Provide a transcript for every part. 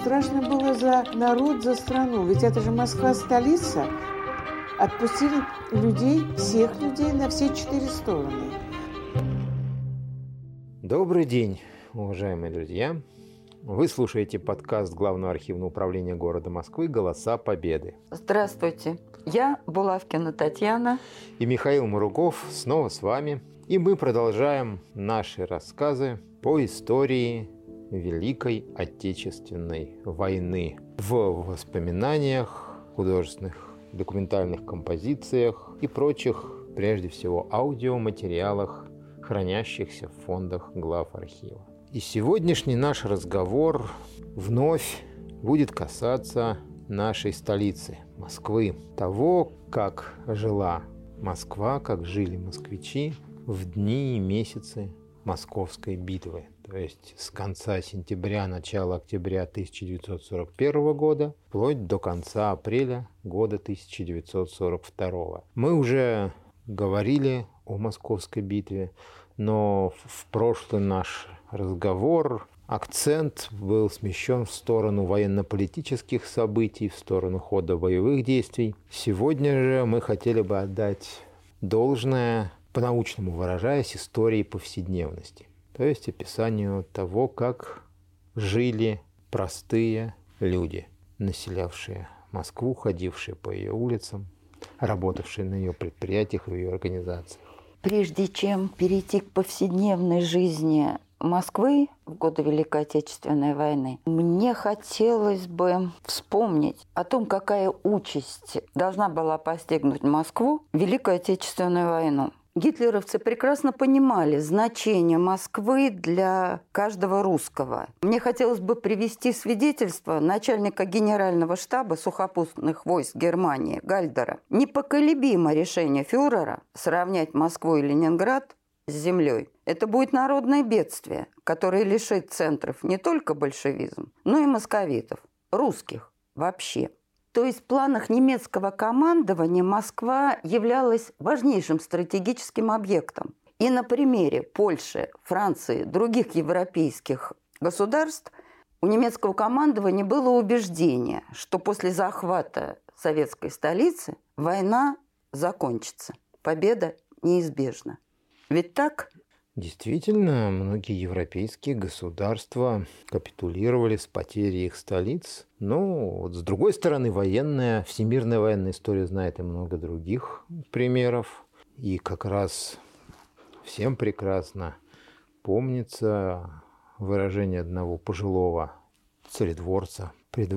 страшно было за народ, за страну. Ведь это же Москва столица. Отпустили людей, всех людей на все 4 стороны. Добрый день, уважаемые друзья. Вы слушаете подкаст Главного архивного управления города Москвы «Голоса Победы». Здравствуйте, я Булавкина Татьяна. И Михаил Муругов снова с вами. И мы продолжаем наши рассказы по истории Великой Отечественной войны в воспоминаниях, художественных, документальных композициях и прочих, прежде всего, аудиоматериалах, хранящихся в фондах главархива. И сегодняшний наш разговор вновь будет касаться нашей столицы, Москвы. Того, как жила Москва, как жили москвичи в дни и месяцы Московской битвы. То есть с конца сентября, начала октября 1941 года, вплоть до конца апреля года 1942. Мы уже говорили о Московской битве, но в прошлый наш разговор акцент был смещен в сторону военно-политических событий, в сторону хода боевых действий. Сегодня же мы хотели бы отдать должное, по-научному выражаясь, истории повседневности. То есть описанию того, как жили простые люди, населявшие Москву, ходившие по ее улицам, работавшие на ее предприятиях и в ее организациях. Прежде чем перейти к повседневной жизни Москвы в годы Великой Отечественной войны, мне хотелось бы вспомнить о том, какая участь должна была постигнуть Москву в Великую Отечественную войну. Гитлеровцы прекрасно понимали значение Москвы для каждого русского. Мне хотелось бы привести свидетельство начальника генерального штаба сухопутных войск Германии Гальдера. Непоколебимо решение фюрера сравнять Москву и Ленинград с землей. Это будет народное бедствие, которое лишит центров не только большевизм, но и московитов, русских вообще. То есть в планах немецкого командования Москва являлась важнейшим стратегическим объектом. И на примере Польши, Франции, других европейских государств у немецкого командования было убеждение, что после захвата советской столицы война закончится, победа неизбежна. Ведь так? Действительно, многие европейские государства капитулировали с потерей их столиц. Но вот с другой стороны, всемирная военная история знает и много других примеров. И как раз всем прекрасно помнится выражение одного пожилого царедворца,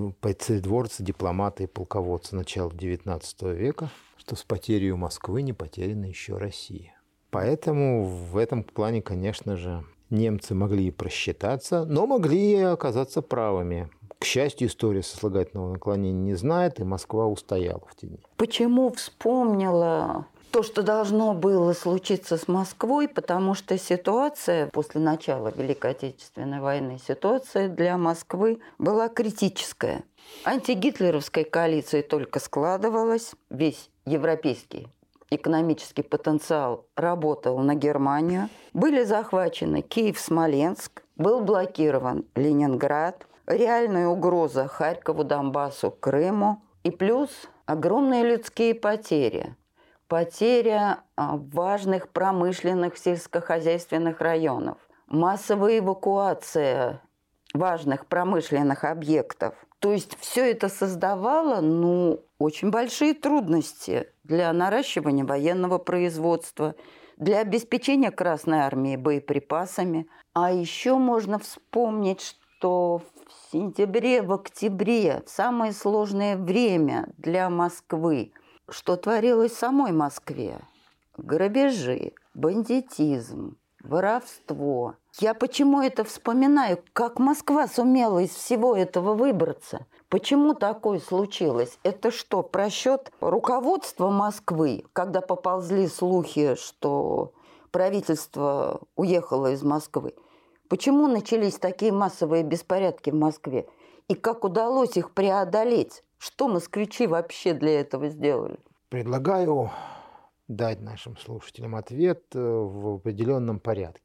дипломата и полководца начала XIX века, что с потерей Москвы не потеряна еще Россия. Поэтому в этом плане, конечно же, немцы могли и просчитаться, но могли и оказаться правыми. К счастью, история сослагательного наклонения не знает, и Москва устояла в те дни. Почему вспомнила то, что должно было случиться с Москвой? Потому что ситуация после начала Великой Отечественной войны, ситуация для Москвы была критическая. Антигитлеровская коалиция только складывалась, весь европейский экономический потенциал работал на Германию. Были захвачены Киев, Смоленск, был блокирован Ленинград, реальная угроза Харькову, Донбассу, Крыму и плюс огромные людские потери. Потеря важных промышленных сельскохозяйственных районов, массовая эвакуация важных промышленных объектов. То есть все это создавало, очень большие трудности для наращивания военного производства, для обеспечения Красной армии боеприпасами. А еще можно вспомнить, что в сентябре, в октябре, в самое сложное время для Москвы, что творилось в самой Москве. Грабежи, бандитизм, воровство. Я почему это вспоминаю? Как Москва сумела из всего этого выбраться? Почему такое случилось? Это что, просчет руководства Москвы, когда поползли слухи, что правительство уехало из Москвы? Почему начались такие массовые беспорядки в Москве? И как удалось их преодолеть? Что москвичи вообще для этого сделали? Предлагаю дать нашим слушателям ответ в определенном порядке.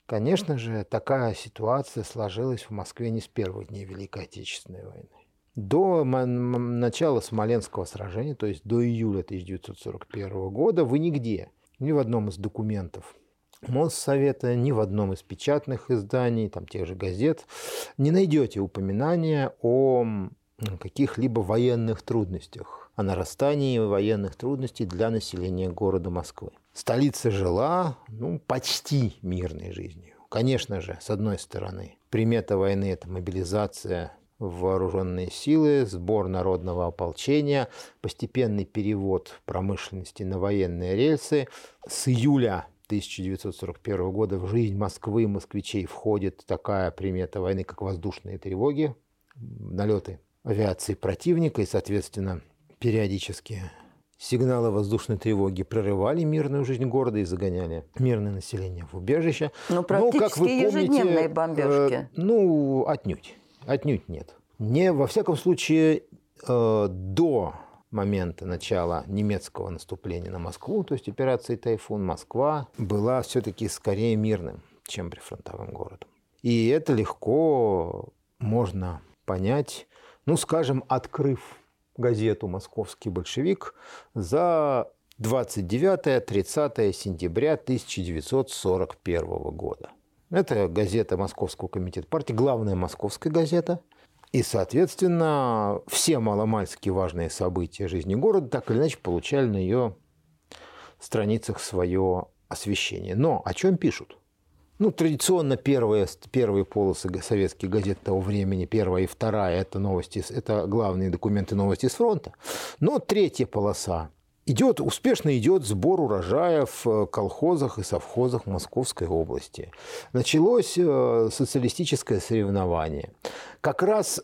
Конечно же, такая ситуация сложилась в Москве не с первых дней Великой Отечественной войны. До начала Смоленского сражения, то есть до июля 1941 года, вы нигде, ни в одном из документов Моссовета, ни в одном из печатных изданий, там, тех же газет, не найдете упоминания о каких-либо военных трудностях, о нарастании военных трудностей для населения города Москвы. Столица жила почти мирной жизнью. Конечно же, с одной стороны, примета войны – это мобилизация в вооруженные силы, сбор народного ополчения, постепенный перевод промышленности на военные рельсы. С июля 1941 года в жизнь Москвы и москвичей входит такая примета войны, как воздушные тревоги, налеты авиации противника, и, соответственно, периодически сигналы воздушной тревоги прерывали мирную жизнь города и загоняли мирное население в убежище. Практически как вы помните, ежедневные бомбежки. Отнюдь нет. Во всяком случае, до момента начала немецкого наступления на Москву, то есть операции «Тайфун», Москва была все-таки скорее мирным, чем прифронтовым городом. И это легко можно понять, скажем, открыв газету «Московский большевик» за 29-30 сентября 1941 года. Это газета Московского комитета партии, главная московская газета. И, соответственно, все маломальски важные события жизни города так или иначе получали на ее страницах свое освещение. Но о чем пишут? Традиционно первые полосы советских газет того времени, первая и вторая, это новости, это главные документы новости с фронта. Но третья полоса успешно идет сбор урожая в колхозах и совхозах Московской области. Началось социалистическое соревнование. Как раз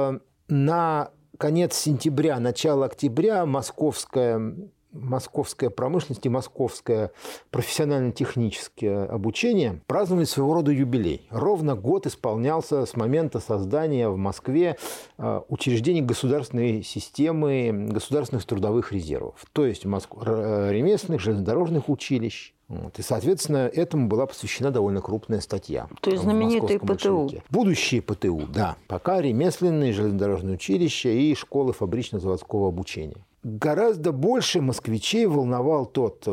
на конец сентября, начало октября московская промышленность и московское профессионально-техническое обучение праздновали своего рода юбилей. Ровно год исполнялся с момента создания в Москве учреждений государственной системы государственных трудовых резервов, то есть ремесленных, железнодорожных училищ. И, соответственно, этому была посвящена довольно крупная статья. То есть знаменитые ПТУ. Будущие ПТУ, да. Пока ремесленные, железнодорожные училища и школы фабрично-заводского обучения. Гораздо больше москвичей волновало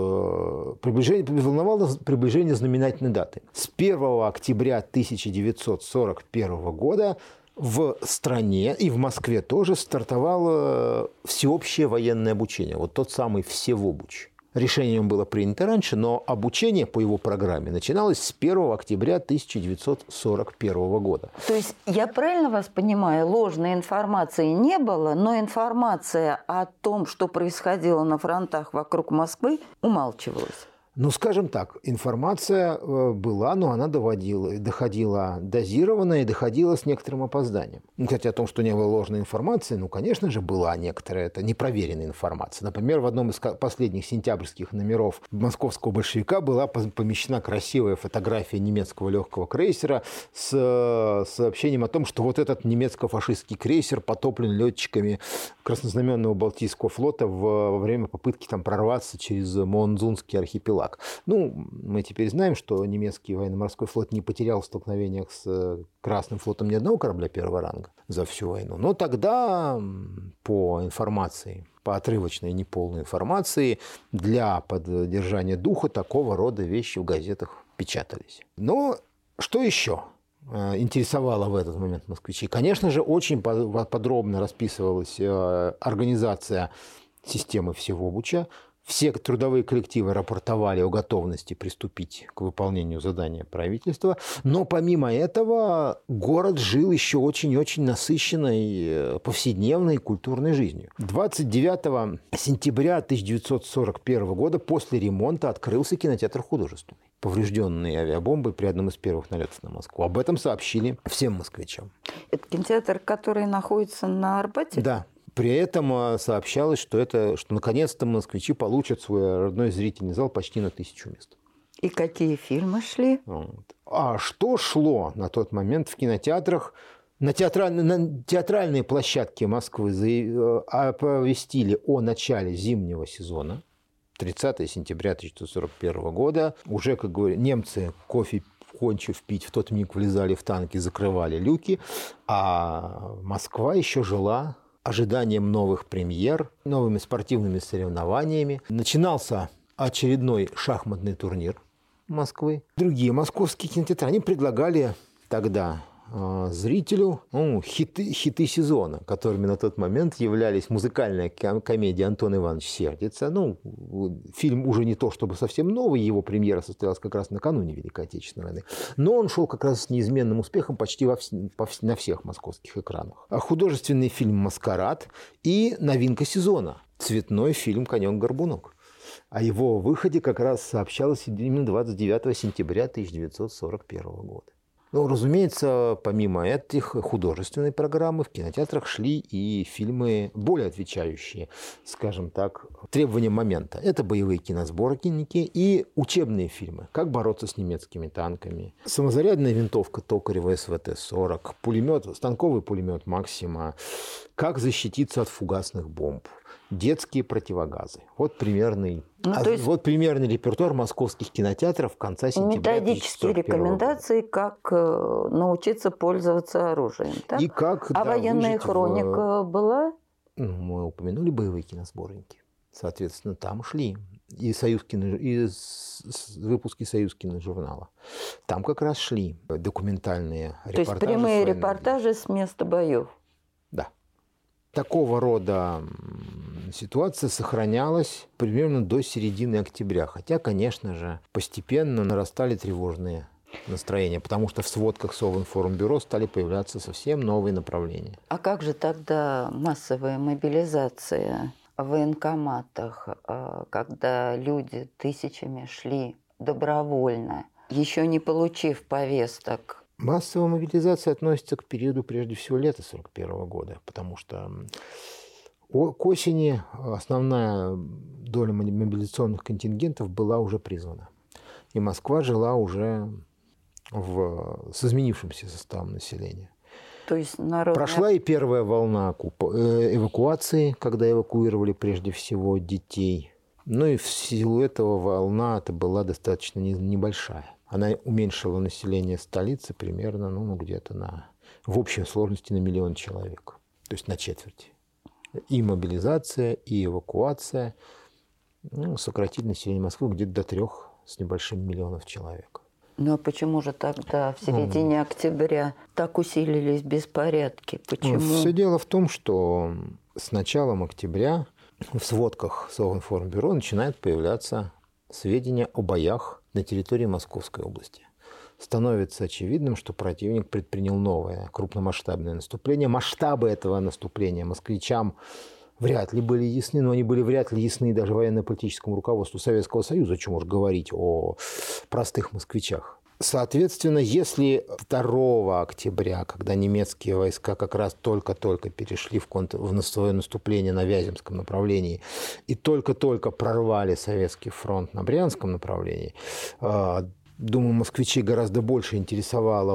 приближение знаменательной даты. С 1 октября 1941 года в стране и в Москве тоже стартовало всеобщее военное обучение. Вот тот самый Всевобуч. Решение было принято раньше, но обучение по его программе начиналось с 1 октября 1941 года. То есть, я правильно вас понимаю, ложной информации не было, но информация о том, что происходило на фронтах вокруг Москвы, умалчивалась? Скажем так, информация была, но она доходила дозированно и доходила с некоторым опозданием. Кстати, о том, что не было ложной информации, конечно же, была некоторая непроверенная информация. Например, в одном из последних сентябрьских номеров «Московского большевика» была помещена красивая фотография немецкого легкого крейсера с сообщением о том, что вот этот немецко-фашистский крейсер потоплен летчиками Краснознаменного Балтийского флота во время попытки прорваться через Моонзунский архипелаг. Мы теперь знаем, что немецкий военно-морской флот не потерял в столкновениях с Красным флотом ни одного корабля первого ранга за всю войну. Но тогда по информации, по отрывочной неполной информации, для поддержания духа такого рода вещи в газетах печатались. Но что еще интересовало в этот момент москвичей? Конечно же, очень подробно расписывалась организация системы Всевобуча. Все трудовые коллективы рапортовали о готовности приступить к выполнению задания правительства. Но помимо этого город жил еще очень-очень насыщенной повседневной культурной жизнью. 29 сентября 1941 года после ремонта открылся кинотеатр художественный, поврежденный авиабомбой при одном из первых налетов на Москву. Об этом сообщили всем москвичам. Это кинотеатр, который находится на Арбате? Да. При этом сообщалось, что наконец-то москвичи получат свой родной зрительный зал почти на 1000 мест. И какие фильмы шли? А что шло на тот момент в кинотеатрах? На театральной площадке Москвы оповестили о начале зимнего сезона. 30 сентября 1941 года. Уже, как говорят, немцы кофе кончив пить, в тот миг влезали в танки, закрывали люки, а Москва еще жила ожиданием новых премьер, новыми спортивными соревнованиями. Начинался очередной шахматный турнир Москвы. Другие московские кинотеатры, они предлагали тогда зрителю хиты сезона, которыми на тот момент являлись музыкальная комедия «Антон Иванович сердится». Фильм уже не то чтобы совсем новый, его премьера состоялась как раз накануне Великой Отечественной войны, но он шел как раз с неизменным успехом почти на всех московских экранах. А художественный фильм «Маскарад» и новинка сезона – цветной фильм «Конек-горбунок». О его выходе как раз сообщалось именно 29 сентября 1941 года. Разумеется, помимо этих художественной программы в кинотеатрах шли и фильмы, более отвечающие, скажем так, требованиям момента. Это боевые киносборники и учебные фильмы. Как бороться с немецкими танками, самозарядная винтовка Токарева СВТ-40, станковый пулемет Максима, как защититься от фугасных бомб, детские противогазы. Вот примерный репертуар московских кинотеатров конца сентября. Методические рекомендации, как научиться пользоваться оружием. Так? И как, военная хроника была? Мы упомянули боевые киносборники. Соответственно, там шли и выпуски «Союз киножурнала». Там как раз шли документальные репортажи. То есть прямые репортажи с места боев. Да. Такого рода ситуация сохранялась примерно до середины октября. Хотя, конечно же, постепенно нарастали тревожные настроения, потому что в сводках Совинформбюро стали появляться совсем новые направления. А как же тогда массовая мобилизация в военкоматах, когда люди тысячами шли добровольно, еще не получив повесток? Массовая мобилизация относится к периоду, прежде всего, лета 1941 года, потому что к осени основная доля мобилизационных контингентов была уже призвана. И Москва жила уже с изменившимся составом населения. То есть Прошла и первая волна эвакуации, когда эвакуировали прежде всего детей. И в силу этого волна это была достаточно небольшая. Она уменьшила население столицы примерно, где-то в общей сложности на 1 миллион человек. То есть на четверть. И мобилизация, и эвакуация сократили население Москвы где-то до 3 с небольшим миллионов человек. А почему же тогда в середине октября так усилились беспорядки? Почему? Все дело в том, что с началом октября в сводках Совинформбюро начинают появляться сведения о боях на территории Московской области. Становится очевидным, что противник предпринял новое крупномасштабное наступление. Масштабы этого наступления москвичам вряд ли были ясны, но они были вряд ли ясны даже военно-политическому руководству Советского Союза, о чем уж говорить о простых москвичах. Соответственно, если 2 октября, когда немецкие войска как раз только-только перешли в свое наступление на Вяземском направлении и только-только прорвали Советский фронт на Брянском направлении, думаю, москвичей гораздо больше интересовал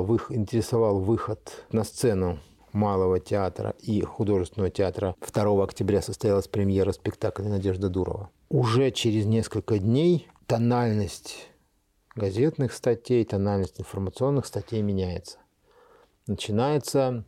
выход на сцену Малого театра и художественного театра. 2 октября состоялась премьера спектакля Надежды Дурова. Уже через несколько дней тональность газетных статей, тональность информационных статей меняется. Начинается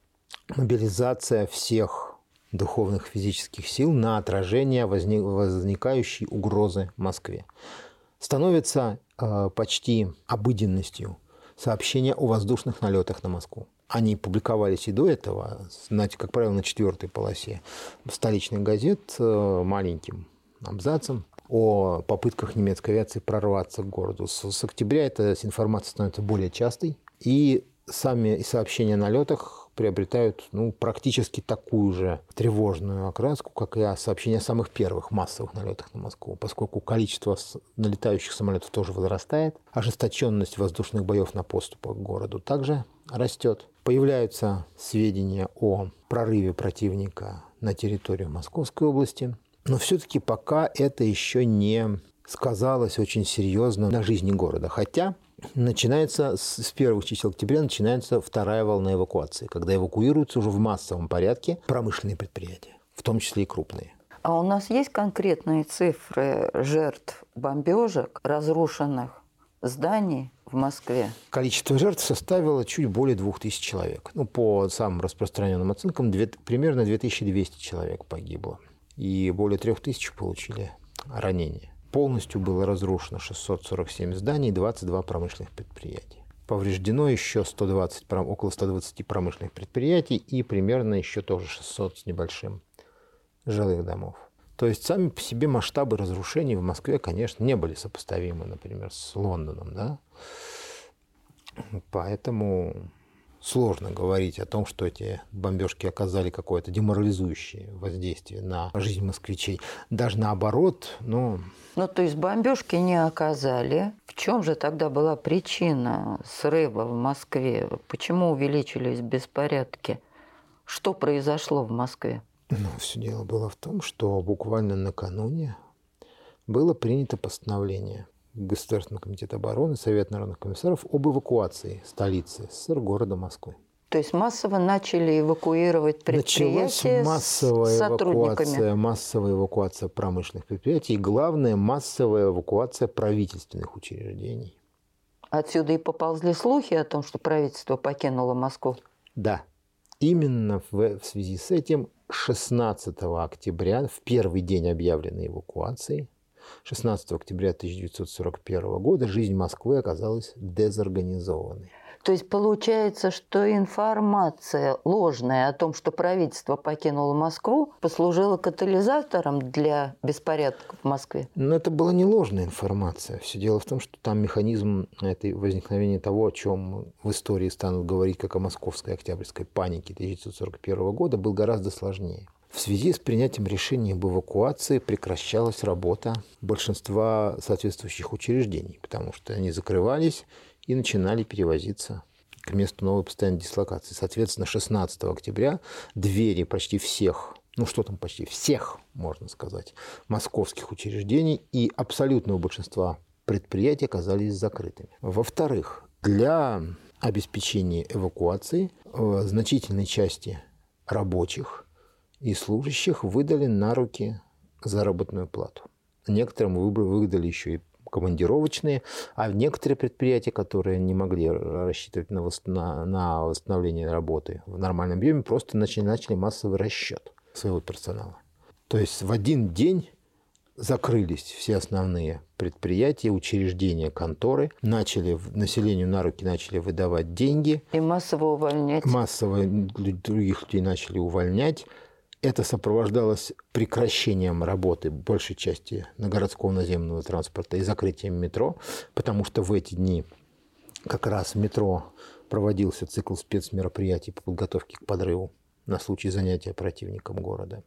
мобилизация всех духовных физических сил на отражение возникающей угрозы Москве. Становится почти обыденностью сообщения о воздушных налетах на Москву. Они публиковались и до этого, знаете, как правило, на 4-й полосе столичных газет маленьким абзацем о попытках немецкой авиации прорваться к городу. С октября эта информация становится более частой, и сами сообщения о налетах приобретают практически такую же тревожную окраску, как и сообщения о самых первых массовых налетах на Москву, поскольку количество налетающих самолетов тоже возрастает, ожесточенность воздушных боев на подступах к городу также растет. Появляются сведения о прорыве противника на территорию Московской области, но все-таки пока это еще не сказалось очень серьезно на жизни города. Хотя начинается с первых чисел октября начинается 2-я волна эвакуации, когда эвакуируются уже в массовом порядке промышленные предприятия, в том числе и крупные. А у нас есть конкретные цифры жертв бомбежек, разрушенных зданий в Москве? Количество жертв составило чуть более 2000 человек. По самым распространенным оценкам, примерно 2200 человек погибло. И более 3000 получили ранения. Полностью было разрушено 647 зданий и 22 промышленных предприятия. Повреждено еще около 120 промышленных предприятий и примерно еще тоже 600 с небольшим жилых домов. То есть сами по себе масштабы разрушений в Москве, конечно, не были сопоставимы, например, с Лондоном, да? Поэтому сложно говорить о том, что эти бомбежки оказали какое-то деморализующее воздействие на жизнь москвичей. Даже наоборот, то есть бомбежки не оказали. В чем же тогда была причина срыва в Москве? Почему увеличились беспорядки? Что произошло в Москве? Все дело было в том, что буквально накануне было принято постановление Государственного комитета обороны, Совета народных комиссаров об эвакуации столицы СССР, города Москвы. То есть массово начали эвакуировать предприятия с сотрудниками? Массовая эвакуация промышленных предприятий и, главное, массовая эвакуация правительственных учреждений. Отсюда и поползли слухи о том, что правительство покинуло Москву? Да. Именно в связи с этим 16 октября, в первый день объявленной эвакуации, 16 октября 1941 года жизнь Москвы оказалась дезорганизованной. То есть получается, что информация ложная о том, что правительство покинуло Москву, послужила катализатором для беспорядков в Москве? Но это была не ложная информация. Все дело в том, что там механизм возникновения того, о чем в истории станут говорить как о московской октябрьской панике 1941 года, был гораздо сложнее. В связи с принятием решения об эвакуации прекращалась работа большинства соответствующих учреждений, потому что они закрывались и начинали перевозиться к месту новой постоянной дислокации. Соответственно, 16 октября двери почти всех, почти всех, можно сказать, московских учреждений и абсолютного большинства предприятий оказались закрытыми. Во-вторых, для обеспечения эвакуации значительной части рабочих и служащих выдали на руки заработную плату. Некоторым выдали еще и командировочные, а некоторые предприятия, которые не могли рассчитывать на восстановление работы в нормальном объеме, просто начали массовый расчет своего персонала. То есть в один день закрылись все основные предприятия, учреждения, конторы, населению на руки начали выдавать деньги. И массово увольнять. Массово других людей начали увольнять. Это сопровождалось прекращением работы большей части городского наземного транспорта и закрытием метро, потому что в эти дни как раз в метро проводился цикл спецмероприятий по подготовке к подрыву на случай занятия противником города.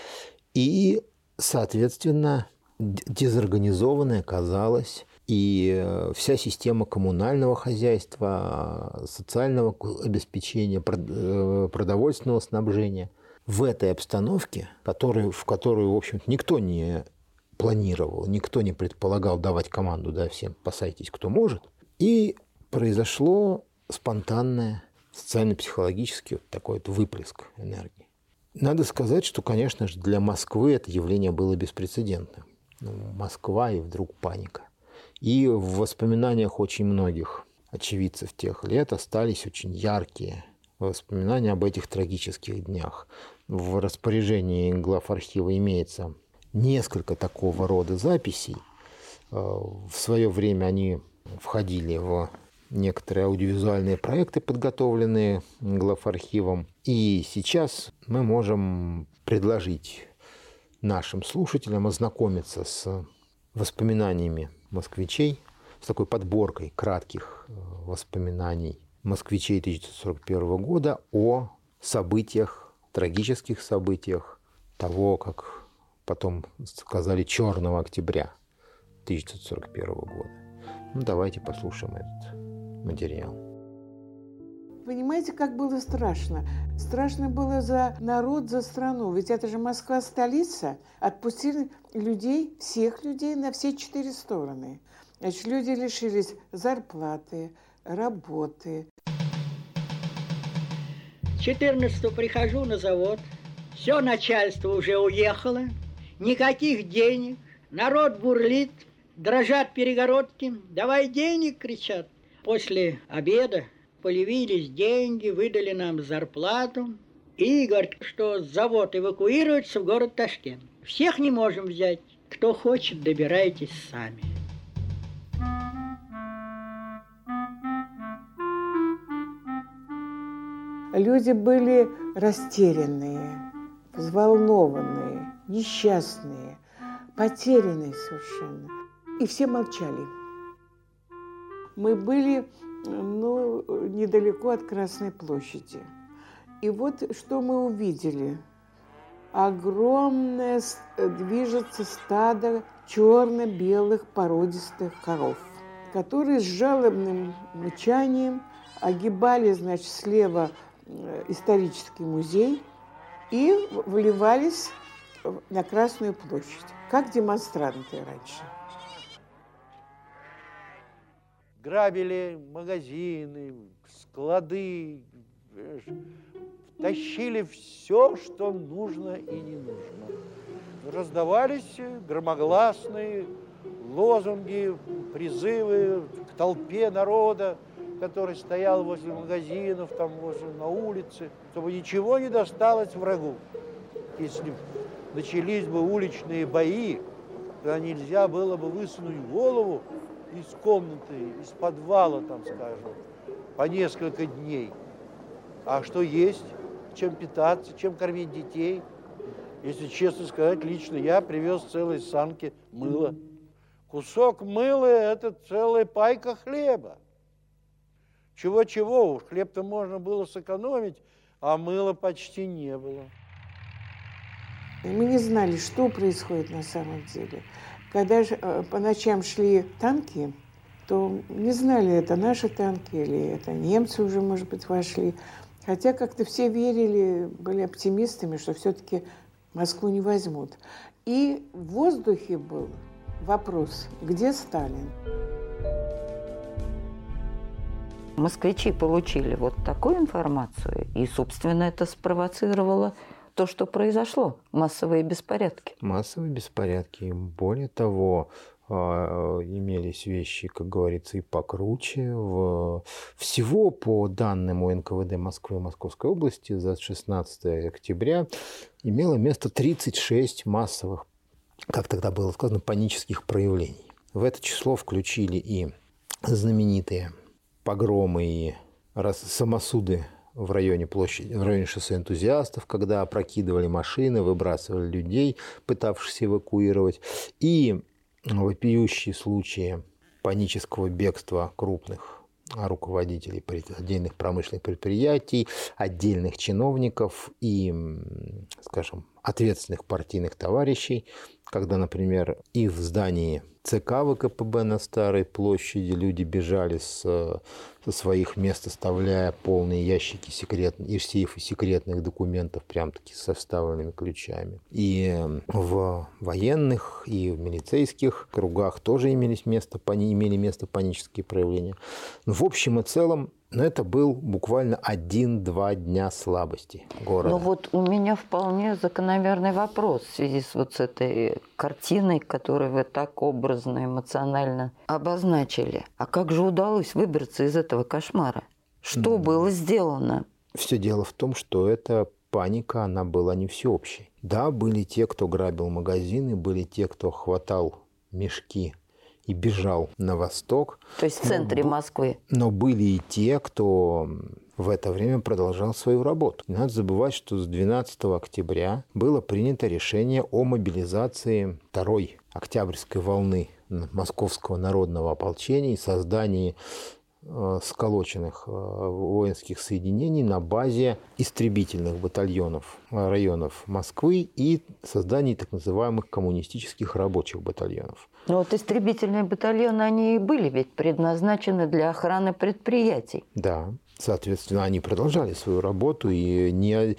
И, соответственно, дезорганизованной оказалась и вся система коммунального хозяйства, социального обеспечения, продовольственного снабжения. В этой обстановке, в которую, в общем-то, никто не планировал, никто не предполагал давать команду, да, всем спасайтесь, кто может, и произошло спонтанное социально-психологический такой выплеск энергии. Надо сказать, что, конечно же, для Москвы это явление было беспрецедентным. Москва и вдруг паника. И в воспоминаниях очень многих очевидцев тех лет остались очень яркие воспоминания об этих трагических днях. В распоряжении главархива имеется несколько такого рода записей. В свое время они входили в некоторые аудиовизуальные проекты, подготовленные главархивом. И сейчас мы можем предложить нашим слушателям ознакомиться с воспоминаниями москвичей, с такой подборкой кратких воспоминаний москвичей 1941 года о событиях, трагических событиях того, как потом сказали, черного октября 1941 года. Давайте послушаем этот материал. Понимаете, как было страшно? Страшно было за народ, за страну. Ведь это же Москва столица. Отпустили людей, всех людей на все 4 стороны. Значит, люди лишились зарплаты, работы. 14-го прихожу на завод. Все начальство уже уехало. Никаких денег. Народ бурлит. Дрожат перегородки. Давай денег, кричат. После обеда появились деньги, выдали нам зарплату и говорят, что завод эвакуируется в город Ташкент. Всех не можем взять. Кто хочет, добирайтесь сами. Люди были растерянные, взволнованные, несчастные, потерянные совершенно. И все молчали. Мы были, недалеко от Красной площади. И вот что мы увидели. Огромное движется стадо черно-белых породистых коров, которые с жалобным мычанием огибали, значит, слева исторический музей и вливались на Красную площадь, как демонстранты раньше. Грабили магазины, склады, тащили все, что нужно и не нужно. Раздавались громогласные лозунги, призывы к толпе народа, который стоял возле магазинов, там возле на улице, чтобы ничего не досталось врагу. Если начались бы уличные бои, тогда нельзя было бы высунуть голову из комнаты, из подвала, там, скажем, по несколько дней. А что есть, чем питаться, чем кормить детей? Если честно сказать, лично я привез целые санки мыла. Кусок мыла – это целая пайка хлеба. Чего-чего, уж хлеб-то можно было сэкономить, а мыла почти не было. Мы не знали, что происходит на самом деле. Когда по ночам шли танки, то не знали, это наши танки или это немцы уже, может быть, вошли. Хотя как-то все верили, были оптимистами, что все-таки Москву не возьмут. И в воздухе был вопрос, где Сталин? Москвичи получили вот такую информацию, и, собственно, это спровоцировало то, что произошло. Массовые беспорядки. Массовые беспорядки. Более того, имелись вещи, как говорится, и покруче. Всего по данным НКВД Москвы и Московской области за 16 октября имело место 36 массовых, как тогда было сказано, панических проявлений. В это число включили и знаменитые погромы и самосуды в районе площади, в районе шоссе энтузиастов, когда опрокидывали машины, выбрасывали людей, пытавшихся эвакуировать, и вопиющие случаи панического бегства крупных руководителей отдельных промышленных предприятий, отдельных чиновников и, скажем, ответственных партийных товарищей, когда, например, и в здании ЦК ВКПБ на Старой площади люди бежали со своих мест, оставляя полные ящики и сейфы секретных документов, прям-таки со вставленными ключами. И в военных, и в милицейских кругах тоже имели место панические проявления. Но в общем и целом, это был буквально 1-2 дня слабости города. Ну вот у меня вполне закономерный вопрос в связи с вот с этой картиной, которую вы так образно, эмоционально обозначили. А как же удалось выбраться из этого кошмара? Что было сделано? Все дело в том, что эта паника, она была не всеобщей. Да, были те, кто грабил магазины, были те, кто хватал мешки и бежал на восток. То есть в центре Москвы. Но были и те, кто в это время продолжал свою работу. Не надо забывать, что с 12 октября было принято решение о мобилизации второй октябрьской волны Московского народного ополчения и создании сколоченных воинских соединений на базе истребительных батальонов районов Москвы и создании так называемых коммунистических рабочих батальонов. Но вот истребительные батальоны, они и были ведь предназначены для охраны предприятий. Да, соответственно, они продолжали свою работу и не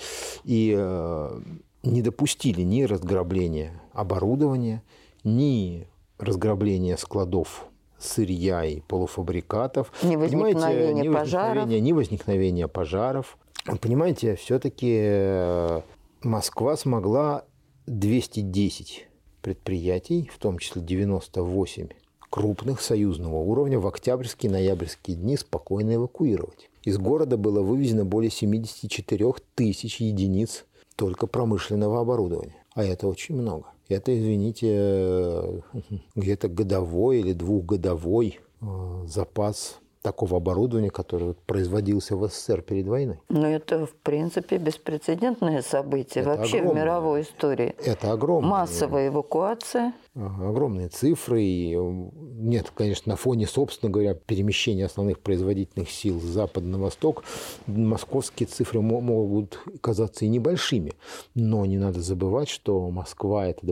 допустили ни разграбления оборудования, ни разграбления складов сырья и полуфабрикатов. Ни возникновения пожаров. Понимаете, все-таки Москва смогла 210 предприятий, в том числе 98 крупных союзного уровня в октябрьские и ноябрьские дни спокойно эвакуировать. Из города было вывезено более 74 тысяч единиц только промышленного оборудования. А это очень много. Это, извините, где-то годовой или двухгодовой запас такого оборудования, которое производился в СССР перед войной. Но это, в принципе, беспрецедентное событие Это вообще в мировой истории. Это огромное. Массовая эвакуация. Огромные цифры. И нет, конечно, на фоне, собственно говоря, перемещения основных производительных сил с запада на восток, московские цифры могут казаться и небольшими. Но не надо забывать, что Москва – это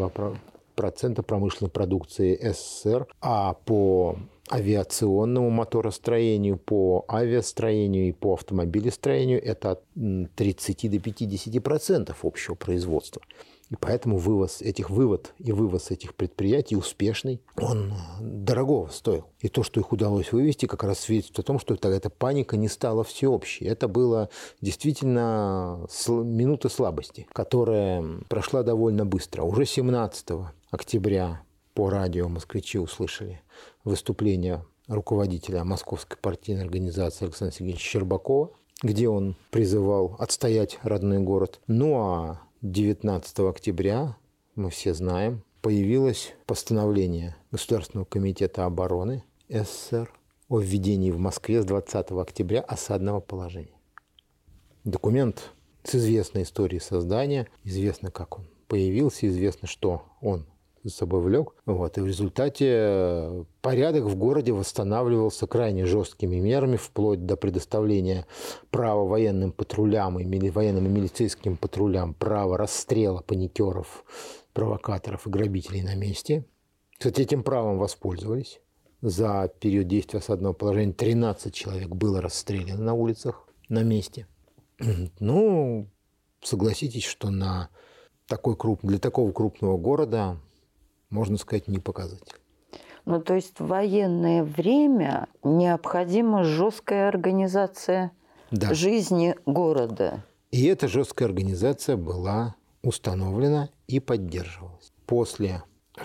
22% промышленной продукции СССР, а по авиационному моторостроению, по авиастроению и по автомобилестроению это от 30 до 50% общего производства. И поэтому вывоз этих предприятий успешный, он дорогого стоил. И то, что их удалось вывести, как раз свидетельствует о том, что эта паника не стала всеобщей. Это было действительно минута слабости, которая прошла довольно быстро. Уже 17 октября по радио москвичи услышали выступление руководителя Московской партийной организации Александра Сергеевича Щербакова, где он призывал отстоять родной город. Ну а 19 октября, мы все знаем, появилось постановление Государственного комитета обороны СССР о введении в Москве с 20 октября осадного положения. Документ с известной историей создания, известно, как он появился, известно, что он за собой влек. И в результате порядок в городе восстанавливался крайне жесткими мерами, вплоть до предоставления права военным патрулям и военным и милицейским патрулям права расстрела паникеров, провокаторов и грабителей на месте. Кстати, этим правом воспользовались. За период действия осадного положения 13 человек было расстреляно на улицах на месте. Ну, согласитесь, что для такого крупного города, можно сказать, не показатель. Ну, то есть в военное время необходима жесткая организация жизни города. И эта жесткая организация была установлена и поддерживалась. После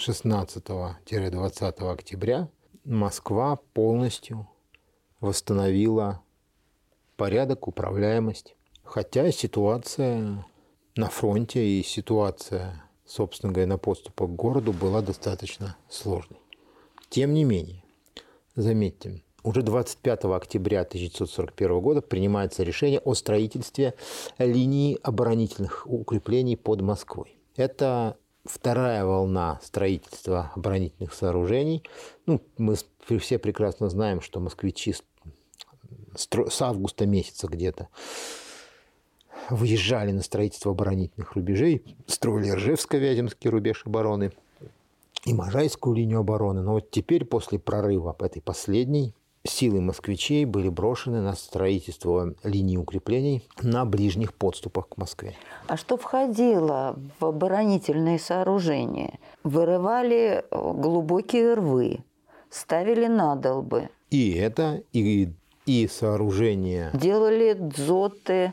16-20 октября Москва полностью восстановила порядок, управляемость. Хотя ситуация на фронте и ситуация, собственно говоря, на подступах к городу была достаточно сложной. Тем не менее, заметьте, уже 25 октября 1941 года принимается решение о строительстве линии оборонительных укреплений под Москвой. Это вторая волна строительства оборонительных сооружений. Ну, мы все прекрасно знаем, что москвичи с августа месяца где-то выезжали на строительство оборонительных рубежей, строили Ржевско-Вяземский рубеж обороны и Можайскую линию обороны. Но вот теперь, после прорыва этой последней, силы москвичей были брошены на строительство линий укреплений на ближних подступах к Москве. А что входило в оборонительные сооружения? Вырывали глубокие рвы, ставили надолбы. И это, и сооружения. Делали дзоты,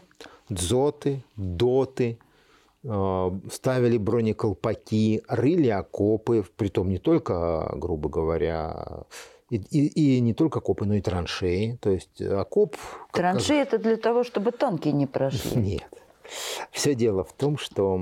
доты, ставили бронеколпаки, рыли окопы, притом не только, грубо говоря, и не только окопы, но и траншеи. То есть окоп... Траншеи – это для того, чтобы танки не прошли? Нет. Все дело в том, что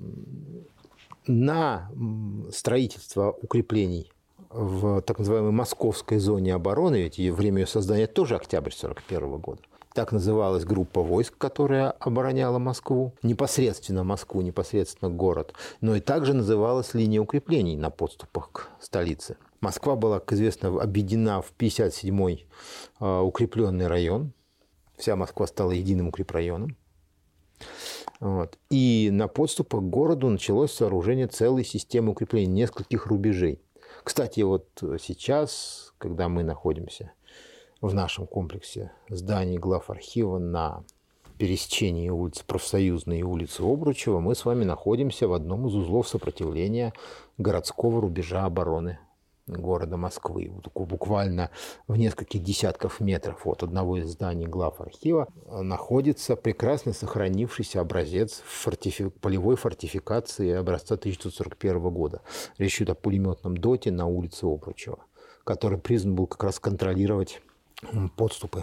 на строительство укреплений в так называемой московской зоне обороны, ведь время ее создания тоже октябрь 1941 года, так называлась группа войск, которая обороняла Москву, непосредственно Москву, непосредственно город, но и также называлась линия укреплений на подступах к столице. Москва была, как известно, объединена в 57-й укрепленный район. Вся Москва стала единым укрепрайоном. И на подступах к городу началось сооружение целой системы укреплений, нескольких рубежей. Кстати, вот сейчас, когда мы находимся в нашем комплексе зданий главархива на пересечении улицы Профсоюзной и улицы Обручева, мы с вами находимся в одном из узлов сопротивления городского рубежа обороны города Москвы, буквально в нескольких десятков метров от одного из зданий главархива, находится прекрасно сохранившийся образец полевой фортификации образца 1941 года. Речь идет о пулеметном доте на улице Обручева, который призван был как раз контролировать подступы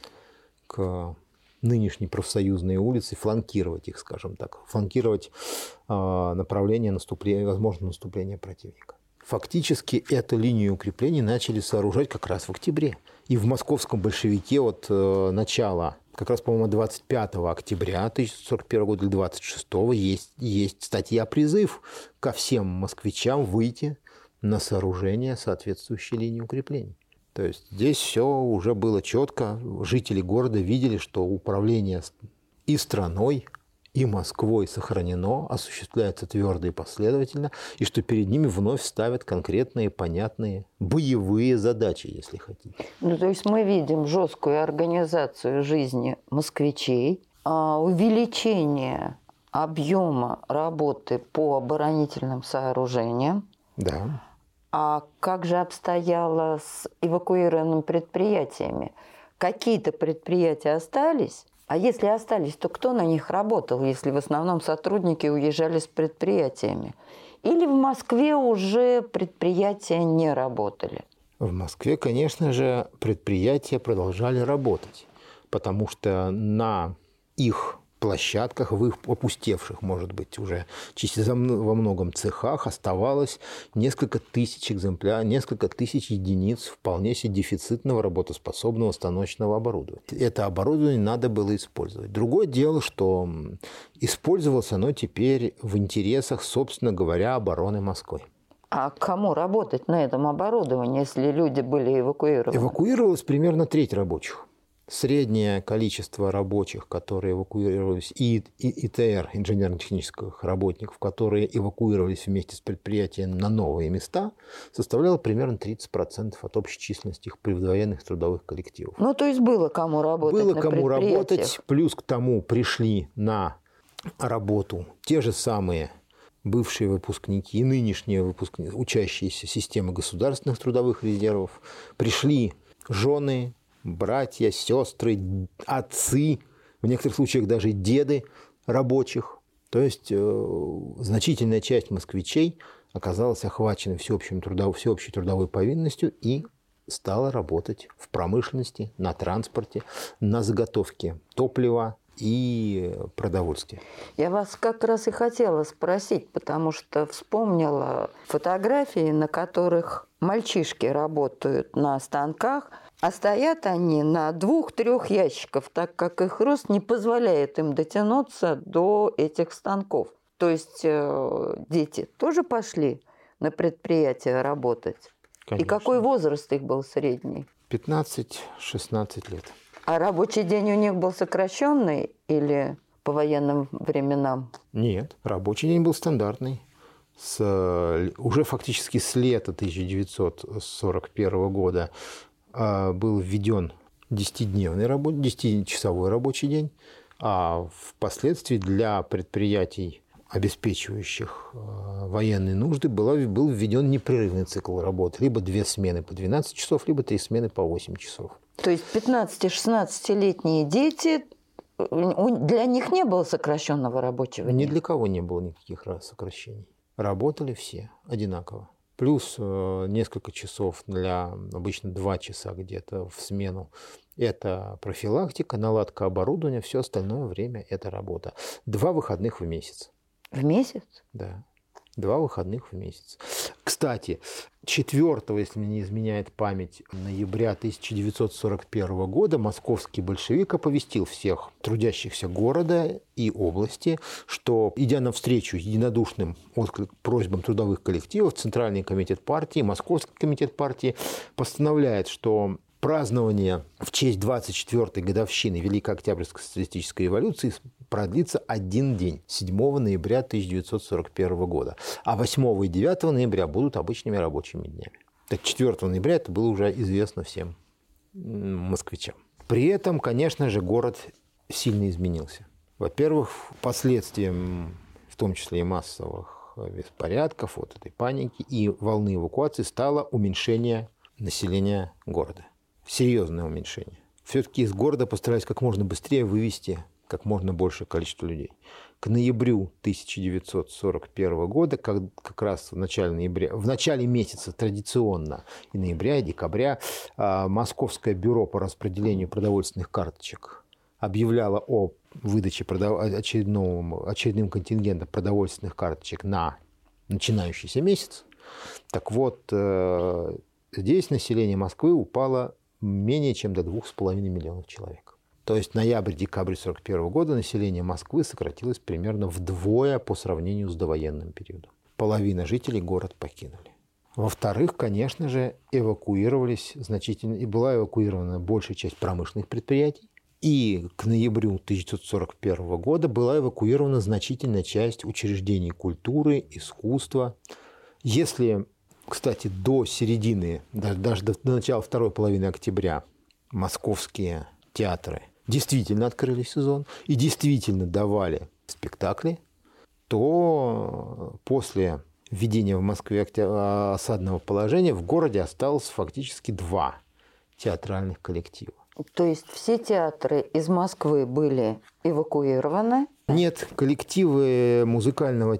к нынешней профсоюзной улице, фланкировать их, скажем так, фланкировать направление наступления, возможного наступления противника. Фактически эту линию укреплений начали сооружать как раз в октябре. И в московском большевике от начала, как раз, по-моему, 25 октября 1941 года или 26 есть статья-призыв ко всем москвичам выйти на сооружение соответствующей линии укреплений. То есть здесь все уже было четко. Жители города видели, что управление и страной, и Москвой сохранено, осуществляется твердо и последовательно, и что перед ними вновь ставят конкретные, понятные боевые задачи, если хотите. Ну, то есть мы видим жесткую организацию жизни москвичей, увеличение объема работы по оборонительным сооружениям. Да. А как же обстояло с эвакуированными предприятиями? Какие-то предприятия остались? А если остались, то кто на них работал, если в основном сотрудники уезжали с предприятиями? Или в Москве уже предприятия не работали? В Москве, конечно же, предприятия продолжали работать, потому что на их площадках, в их опустевших, может быть, уже во многом цехах оставалось несколько тысяч экземпляров, несколько тысяч единиц вполне себе дефицитного работоспособного станочного оборудования. Это оборудование надо было использовать. Другое дело, что использовалось оно теперь в интересах, собственно говоря, обороны Москвы. А кому работать на этом оборудовании, если люди были эвакуированы? Эвакуировалось примерно треть рабочих. Среднее количество рабочих, которые эвакуировались, и ИТР, инженерно-технических работников, которые эвакуировались вместе с предприятием на новые места, составляло примерно 30% от общей численности их предвоенных трудовых коллективов. Ну, то есть было кому работать на предприятиях. Было кому работать, плюс к тому пришли на работу те же самые бывшие выпускники и нынешние выпускники, учащиеся системы государственных трудовых резервов, пришли жены, братья, сестры, отцы, в некоторых случаях даже деды рабочих. То есть значительная часть москвичей оказалась охвачена всеобщей трудовой повинностью и стала работать в промышленности, на транспорте, на заготовке топлива и продовольствия. Я вас как раз и хотела спросить, потому что вспомнила фотографии, на которых мальчишки работают на станках, а стоят они на 2-3 ящиках, так как их рост не позволяет им дотянуться до этих станков. То есть дети тоже пошли на предприятие работать? Конечно. И какой возраст их был средний? 15-16 лет. А рабочий день у них был сокращенный или по военным временам? Нет, рабочий день был стандартный. Уже фактически с лета 1941 года был введен 10-часовой рабочий день, а впоследствии для предприятий, обеспечивающих военные нужды, был введен непрерывный цикл работы. Либо 2 смены по 12 часов, либо 3 смены по 8 часов. То есть 15-16-летние дети, для них не было сокращенного рабочего дня? Ни для кого не было никаких сокращений. Работали все одинаково. Плюс несколько часов обычно 2 часа где-то в смену. Это профилактика, наладка оборудования, все остальное время это работа. 2 выходных в месяц. В месяц? Да. 2 выходных в месяц. Кстати, 4, если мне не изменяет память, ноября 1941 года московский большевик оповестил всех трудящихся города и области, что, идя навстречу единодушным просьбам трудовых коллективов, Центральный комитет партии, Московский комитет партии постановляет, что празднование в честь 24-й годовщины Великой Октябрьской социалистической революции продлится 1 день, 7 ноября 1941 года. А 8 и 9 ноября будут обычными рабочими днями. Так 4 ноября это было уже известно всем москвичам. При этом, конечно же, город сильно изменился. Во-первых, последствием, в том числе и массовых этих беспорядков, от этой паники и волны эвакуации стало уменьшение населения города. Серьезное уменьшение. Все-таки из города постарались как можно быстрее вывести как можно большее количество людей. К ноябрю 1941 года, как раз в начале месяца традиционно, и ноября, и декабря, Московское бюро по распределению продовольственных карточек объявляло о выдаче очередным контингентом продовольственных карточек на начинающийся месяц. Так вот, здесь население Москвы упало менее чем до 2,5 миллионов человек. То есть ноябрь-декабрь 1941 года население Москвы сократилось примерно вдвое по сравнению с довоенным периодом. Половина жителей город покинули. Во-вторых, конечно же, эвакуировались значительно, и была эвакуирована большая часть промышленных предприятий. И к ноябрю 1941 года была эвакуирована значительная часть учреждений культуры, искусства. Если, кстати, до середины, даже до начала второй половины октября московские театры действительно открыли сезон и действительно давали спектакли, то после введения в Москве осадного положения в городе осталось фактически 2 театральных коллектива. То есть все театры из Москвы были эвакуированы? Нет, коллектив музыкального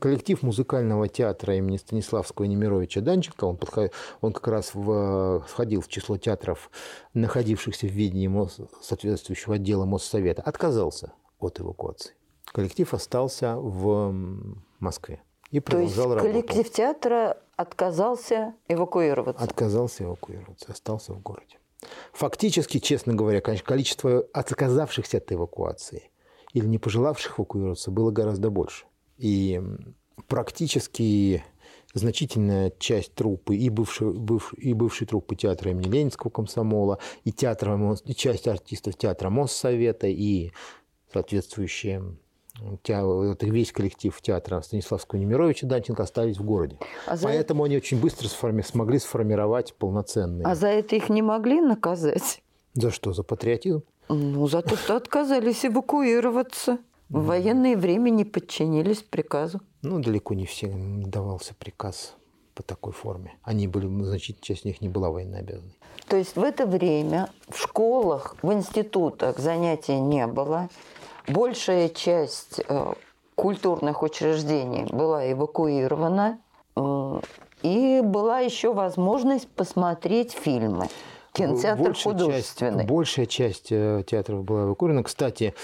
театра имени Станиславского и Немировича Данченко, он как раз входил в число театров, находившихся в ведении соответствующего отдела Моссовета, отказался от эвакуации. Коллектив остался в Москве и продолжал работать. То есть коллектив театра отказался эвакуироваться? Отказался эвакуироваться, остался в городе. Фактически, честно говоря, конечно, количество отказавшихся от эвакуации или не пожелавших эвакуироваться было гораздо больше. И практически значительная часть труппы и бывшей труппы театра имени Ленинского комсомола, и часть артистов театра Моссовета, и соответствующие весь коллектив театра Станиславского и Немировича Данченко остались в городе. Поэтому они очень быстро смогли сформировать полноценные. А за это их не могли наказать? За что? За патриотизм? Ну, за то, что отказались эвакуироваться. В военное время не подчинились приказу. Ну, далеко не всем давался приказ по такой форме. Значительная часть них не была военнообязанной. То есть в это время в школах, в институтах занятий не было. Большая часть культурных учреждений была эвакуирована. И была еще возможность посмотреть фильмы. Кинотеатр художественный. Большая часть театров была эвакуирована. Кстати,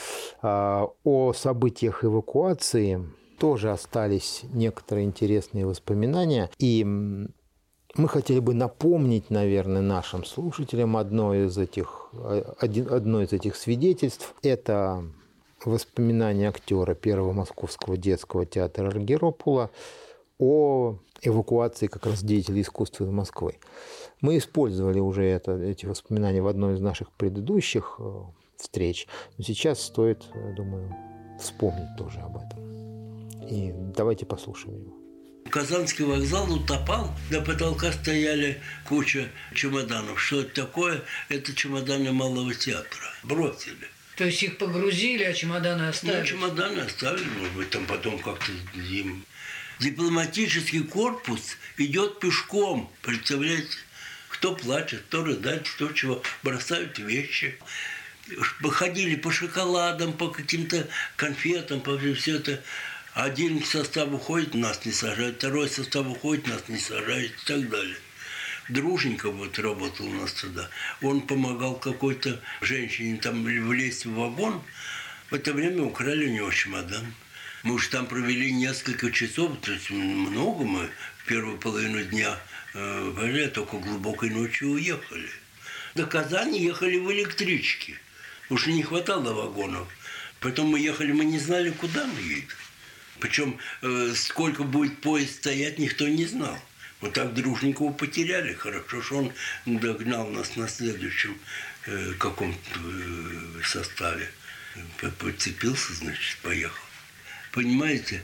о событиях эвакуации тоже остались некоторые интересные воспоминания. И мы хотели бы напомнить, наверное, нашим слушателям одно из этих свидетельств. Это воспоминания актера Первого Московского детского театра Аргиропула о эвакуации как раз деятелей искусства из Москвы. Мы использовали уже эти воспоминания в одной из наших предыдущих встреч, но сейчас стоит, я думаю, вспомнить тоже об этом. И давайте послушаем его. Казанский вокзал утопал, до потолка стояли куча чемоданов. Что это такое? Это чемоданы Малого театра. Бросили. То есть их погрузили, а чемоданы оставили? Ну, чемоданы оставили, может быть, там потом как-то им. Дипломатический корпус идет пешком, представляете? Кто плачет, кто рыдает, кто чего, бросают вещи. Ходили по шоколадам, по каким-то конфетам, по все это. Один состав уходит, нас не сажают, второй состав уходит, нас не сажают и так далее. Друженька вот работал у нас тогда. Он помогал какой-то женщине там влезть в вагон. В это время украли у него чемодан. Мы уж там провели несколько часов, то есть много мы в первую половину дня были, только глубокой ночью уехали. До Казани ехали в электричке. Уж не хватало вагонов. Потом мы ехали, мы не знали, куда мы едем. Причем сколько будет поезд стоять, никто не знал. Вот так Дружникова потеряли. Хорошо, что он догнал нас на следующем каком-то составе. Подцепился, значит, поехал. Понимаете?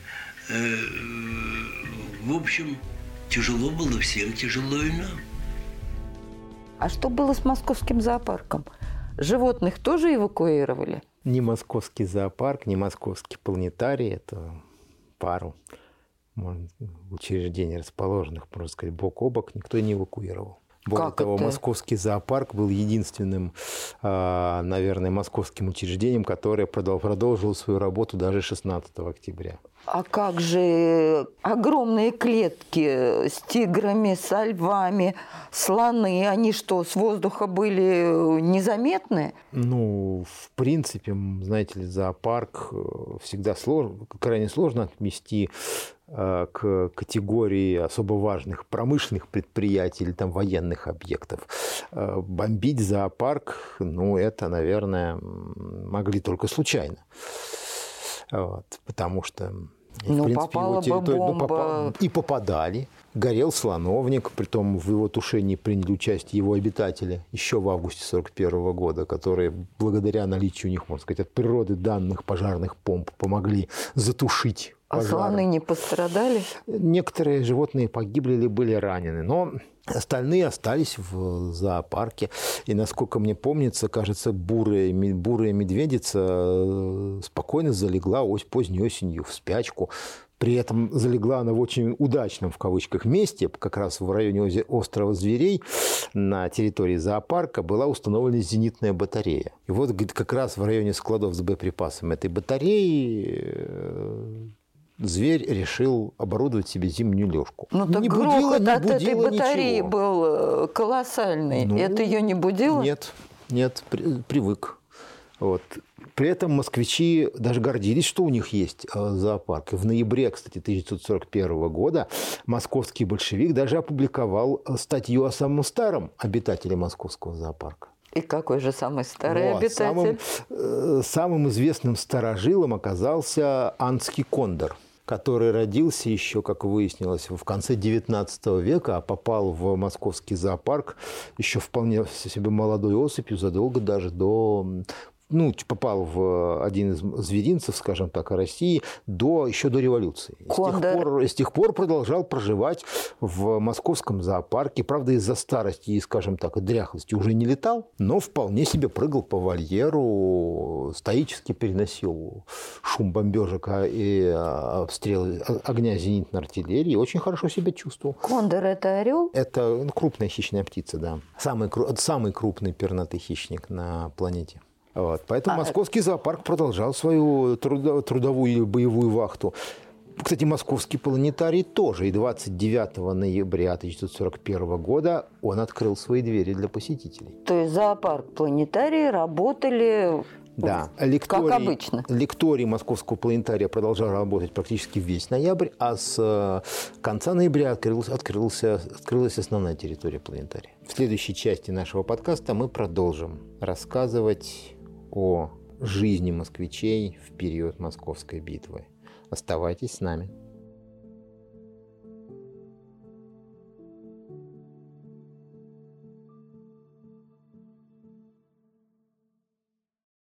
В общем, тяжело было всем, тяжело и нам. А что было с московским зоопарком? Животных тоже эвакуировали? Ни московский зоопарк, ни московский планетарий эту пару учреждений, расположенных, можно сказать, бок о бок, никто не эвакуировал. Более Как того, это? Московский зоопарк был единственным, наверное, московским учреждением, которое продолжило свою работу даже 16 октября. А как же огромные клетки с тиграми, со львами, слоны, они что, с воздуха были незаметны? Ну, в принципе, знаете ли, зоопарк всегда крайне сложно отнести к категории особо важных промышленных предприятий или там военных объектов. Бомбить зоопарк, ну, это, наверное, могли только случайно. Вот, потому что, в принципе, попала его бы территорию бомба. и попадали. Горел слоновник, притом в его тушении приняли участие его обитатели еще в августе 1941 года, которые благодаря наличию у них, можно сказать, от природы данных пожарных помп помогли затушить пожар. А слоны не пострадали? Некоторые животные погибли или были ранены, но остальные остались в зоопарке. И, насколько мне помнится, кажется, бурая медведица спокойно залегла поздней осенью в спячку. При этом залегла она в очень удачном, в кавычках, месте, как раз в районе острова Зверей, на территории зоопарка была установлена зенитная батарея. И вот как раз в районе складов с боеприпасами этой батареи зверь решил оборудовать себе зимнюю лёжку. Ну так грохот от этой батареи был колоссальный. Это ее не будило? Нет, привык. Вот. При этом москвичи даже гордились, что у них есть зоопарк. И в ноябре, кстати, 1941 года московский большевик даже опубликовал статью о самом старом обитателе московского зоопарка. И какой же самый старый обитатель? Самым известным старожилом оказался анский кондор, который родился еще, как выяснилось, в конце XIX века, а попал в московский зоопарк еще вполне себе молодой особью, задолго даже до... попал в один из зверинцев, скажем так, России еще до революции. С тех пор продолжал проживать в московском зоопарке. Правда, из-за старости и, скажем так, дряхлости уже не летал, но вполне себе прыгал по вольеру, стоически переносил шум бомбежек и обстрелы огня зенитной артиллерии. Очень хорошо себя чувствовал. Кондор – это орел? Это крупная хищная птица, да. Самый крупный пернатый хищник на планете. Вот. Поэтому московский зоопарк продолжал свою трудовую или боевую вахту. Кстати, московский планетарий тоже. И 29 ноября 1941 года он открыл свои двери для посетителей. То есть зоопарк, планетарий работали... Да, как обычно. Лекторий московского планетария продолжал работать практически весь ноябрь, а с конца ноября открылась основная территория планетария. В следующей части нашего подкаста мы продолжим рассказывать о жизни москвичей в период Московской битвы. Оставайтесь с нами.